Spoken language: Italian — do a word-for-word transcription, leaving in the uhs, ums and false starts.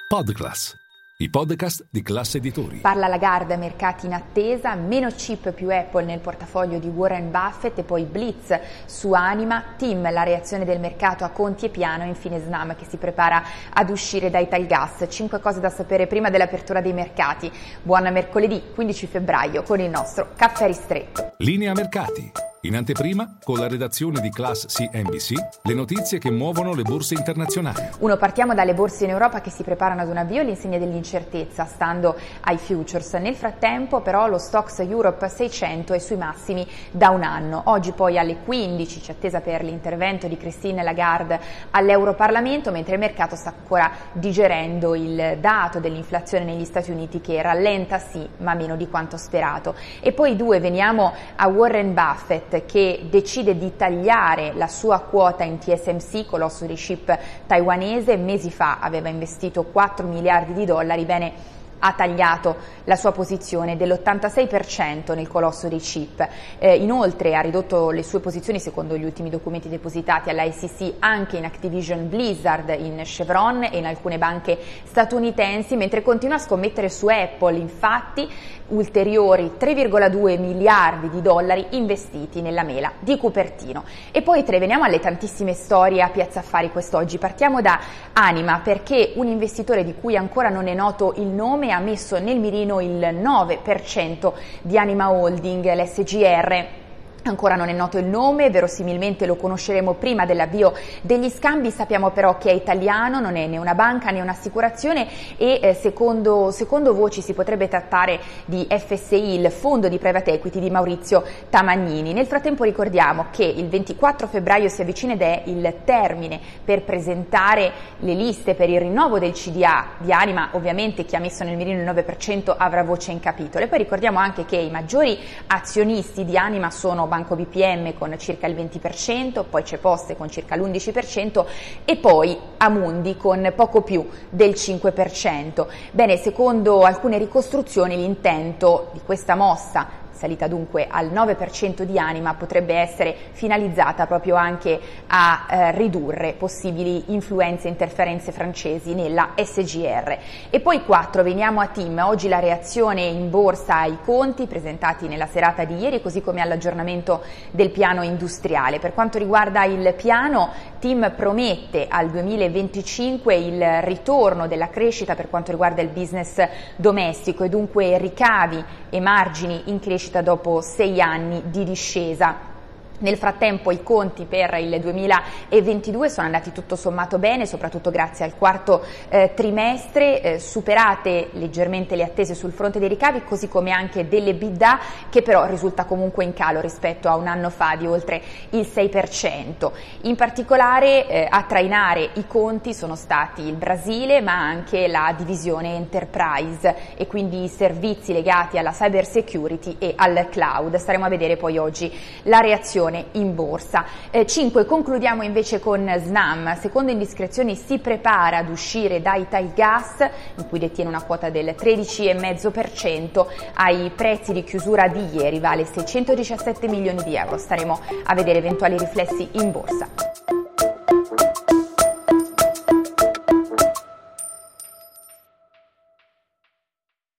Podclass, i podcast di Class Editori. Parla Lagarde, mercati in attesa, meno chip più Apple nel portafoglio di Warren Buffett e poi blitz su Anima, Tim, la reazione del mercato a conti e piano e infine Snam che si prepara ad uscire da Italgas. Cinque cose da sapere prima dell'apertura dei mercati. Buon mercoledì quindici febbraio con il nostro caffè ristretto. Linea mercati. In anteprima, con la redazione di Class C N B C, le notizie che muovono le borse internazionali. Uno, partiamo dalle borse in Europa che si preparano ad un avvio all'insegna dell'incertezza, stando ai futures. Nel frattempo, però, lo Stoxx Europe seicento è sui massimi da un anno. Oggi poi alle quindici c'è attesa per l'intervento di Christine Lagarde all'Europarlamento, mentre il mercato sta ancora digerendo il dato dell'inflazione negli Stati Uniti che rallenta sì, ma meno di quanto sperato. E poi due, veniamo a Warren Buffett, che decide di tagliare la sua quota in T S M C, colosso di chip taiwanese. Mesi fa aveva investito quattro miliardi di dollari, bene, ha tagliato la sua posizione dell'ottantasei per cento nel colosso dei chip. Eh, inoltre ha ridotto le sue posizioni, secondo gli ultimi documenti depositati all'I C C, anche in Activision Blizzard, in Chevron e in alcune banche statunitensi, mentre continua a scommettere su Apple. Infatti ulteriori tre virgola due miliardi di dollari investiti nella mela di Cupertino. E poi tre, veniamo alle tantissime storie a Piazza Affari quest'oggi. Partiamo da Anima, perché un investitore di cui ancora non è noto il nome ha messo nel mirino il nove per cento di Anima Holding, l'S G R. Ancora non è noto il nome, verosimilmente lo conosceremo prima dell'avvio degli scambi. Sappiamo però che è italiano, non è né una banca né un'assicurazione e eh, secondo, secondo voci si potrebbe trattare di F S I, il fondo di private equity di Maurizio Tamagnini. Nel frattempo ricordiamo che il ventiquattro febbraio si avvicina ed è il termine per presentare le liste per il rinnovo del C D A di Anima. Ovviamente chi ha messo nel mirino il nove per cento avrà voce in capitolo. E poi ricordiamo anche che i maggiori azionisti di Anima sono Banco B P M con circa il venti per cento, poi c'è Poste con circa l'undici per cento e poi Amundi con poco più del cinque per cento. Bene, secondo alcune ricostruzioni l'intento di questa mossa, salita dunque al nove per cento di Anima, potrebbe essere finalizzata proprio anche a eh, ridurre possibili influenze e interferenze francesi nella S G R. E poi quattro, veniamo a Tim. Oggi la reazione in borsa ai conti presentati nella serata di ieri, così come all'aggiornamento del piano industriale. Per quanto riguarda il piano, Tim promette al duemilaventicinque il ritorno della crescita per quanto riguarda il business domestico e dunque ricavi e margini in crescita dopo sei anni di discesa. Nel frattempo i conti per il duemilaventidue sono andati tutto sommato bene, soprattutto grazie al quarto eh, trimestre, eh, superate leggermente le attese sul fronte dei ricavi, così come anche dell'EBITDA, che però risulta comunque in calo rispetto a un anno fa di oltre il sei per cento. In particolare eh, a trainare i conti sono stati il Brasile, ma anche la divisione Enterprise e quindi i servizi legati alla cyber security e al cloud. Staremo a vedere poi oggi la reazione in borsa. Eh, cinque, concludiamo invece con Snam. Secondo indiscrezioni si prepara ad uscire da Italgas, in cui detiene una quota del tredici virgola cinque per cento, ai prezzi di chiusura di ieri, vale seicentodiciassette milioni di euro. Staremo a vedere eventuali riflessi in borsa.